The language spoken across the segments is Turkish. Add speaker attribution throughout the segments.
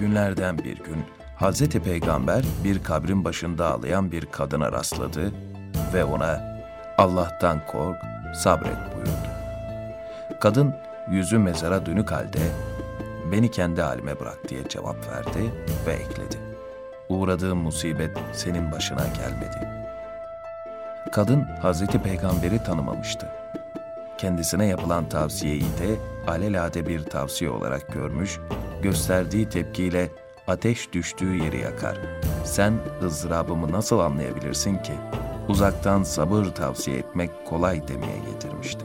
Speaker 1: Günlerden bir gün Hazreti Peygamber bir kabrin başında ağlayan bir kadına rastladı ve ona "Allah'tan kork, sabret" buyurdu. Kadın yüzü mezara dönük halde "Beni kendi halime bırak" diye cevap verdi ve ekledi: "Uğradığım musibet senin başına gelmedi." Kadın Hazreti Peygamber'i tanımamıştı. Kendisine yapılan tavsiyeyi de alelade bir tavsiye olarak görmüş, gösterdiği tepkiyle "Ateş düştüğü yeri yakar. Sen ızdırabımı nasıl anlayabilirsin ki? Uzaktan sabır tavsiye etmek kolay" demeye getirmişti.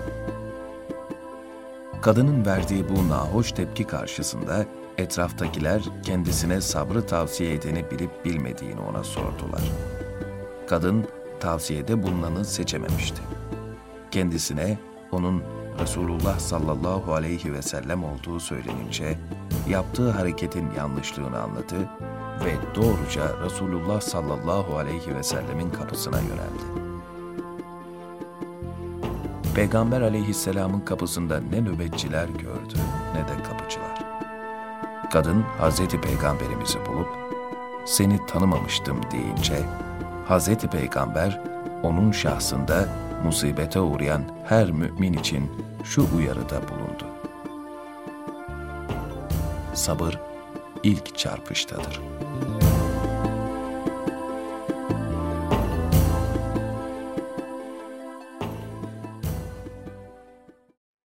Speaker 1: Kadının verdiği bu nahoş tepki karşısında etraftakiler kendisine sabrı tavsiye edeni bilip bilmediğini ona sordular. Kadın tavsiyede bulunanı seçememişti. Kendisine onun Resulullah sallallahu aleyhi ve sellem olduğu söylenince yaptığı hareketin yanlışlığını anladı ve doğruca Resulullah sallallahu aleyhi ve sellemin kapısına yöneldi. Peygamber aleyhisselamın kapısında ne nöbetçiler gördü ne de kapıcılar. Kadın Hazreti Peygamberimizi bulup "Seni tanımamıştım" deyince Hazreti Peygamber onun şahsında musibete uğrayan her mümin için şu uyarıda bulundu: Sabır ilk çarpıştadır.